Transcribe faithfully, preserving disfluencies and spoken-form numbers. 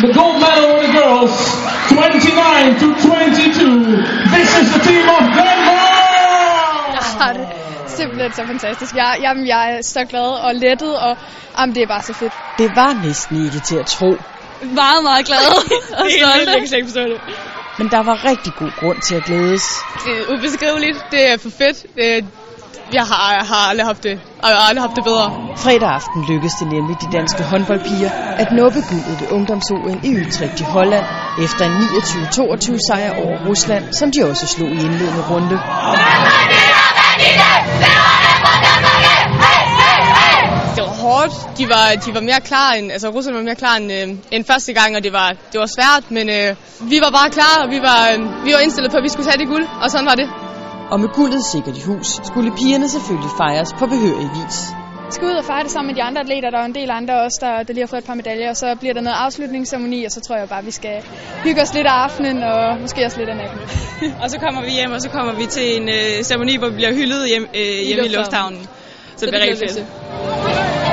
The gold medal for the girls, twenty-nine to twenty-two. This is the team of Denmark! Jeg har det simpelthen så fantastisk. Jeg, jamen, jeg er så glad og lettet, og jamen, det er bare så fedt. Det var næsten ikke til at tro. Meget, meget glad og stolt. Jeg kan slet ikke forstå det. Men der var rigtig god grund til at glædes. Det er ubeskriveligt. Det er for fedt. Det, jeg, har, jeg har aldrig haft det, og jeg har aldrig haft det bedre. Fredag aften lykkedes det nemlig de danske håndboldpiger at nuppe guldet ved ungdoms-O L i Utrecht i Holland efter en niogtyve toogtyve sejr over Rusland, som de også slog i indledende runde. Det var hårdt. De var, de var mere klar end, altså Rusland var mere klar end, øh, end første gang, og det var, det var svært, men øh, vi var bare klar, og vi var, øh, vi var indstillet på, at vi skulle tage det guld, og sådan var det. Og med guldet sikkert i hus, skulle pigerne selvfølgelig fejres på behørig vis. Vi skal ud og fejre det sammen med de andre atleter. Der er en del andre også, der, der lige har fået et par medaljer, og så bliver der noget afslutningsceremoni, og så tror jeg bare, vi skal hygge os lidt af aftenen, og måske også lidt af natten. Og så kommer vi hjem, og så kommer vi til en øh, ceremoni, hvor vi bliver hyldet hjem, øh, hjemme i lufthavnen. Så det bliver rigtig fedt.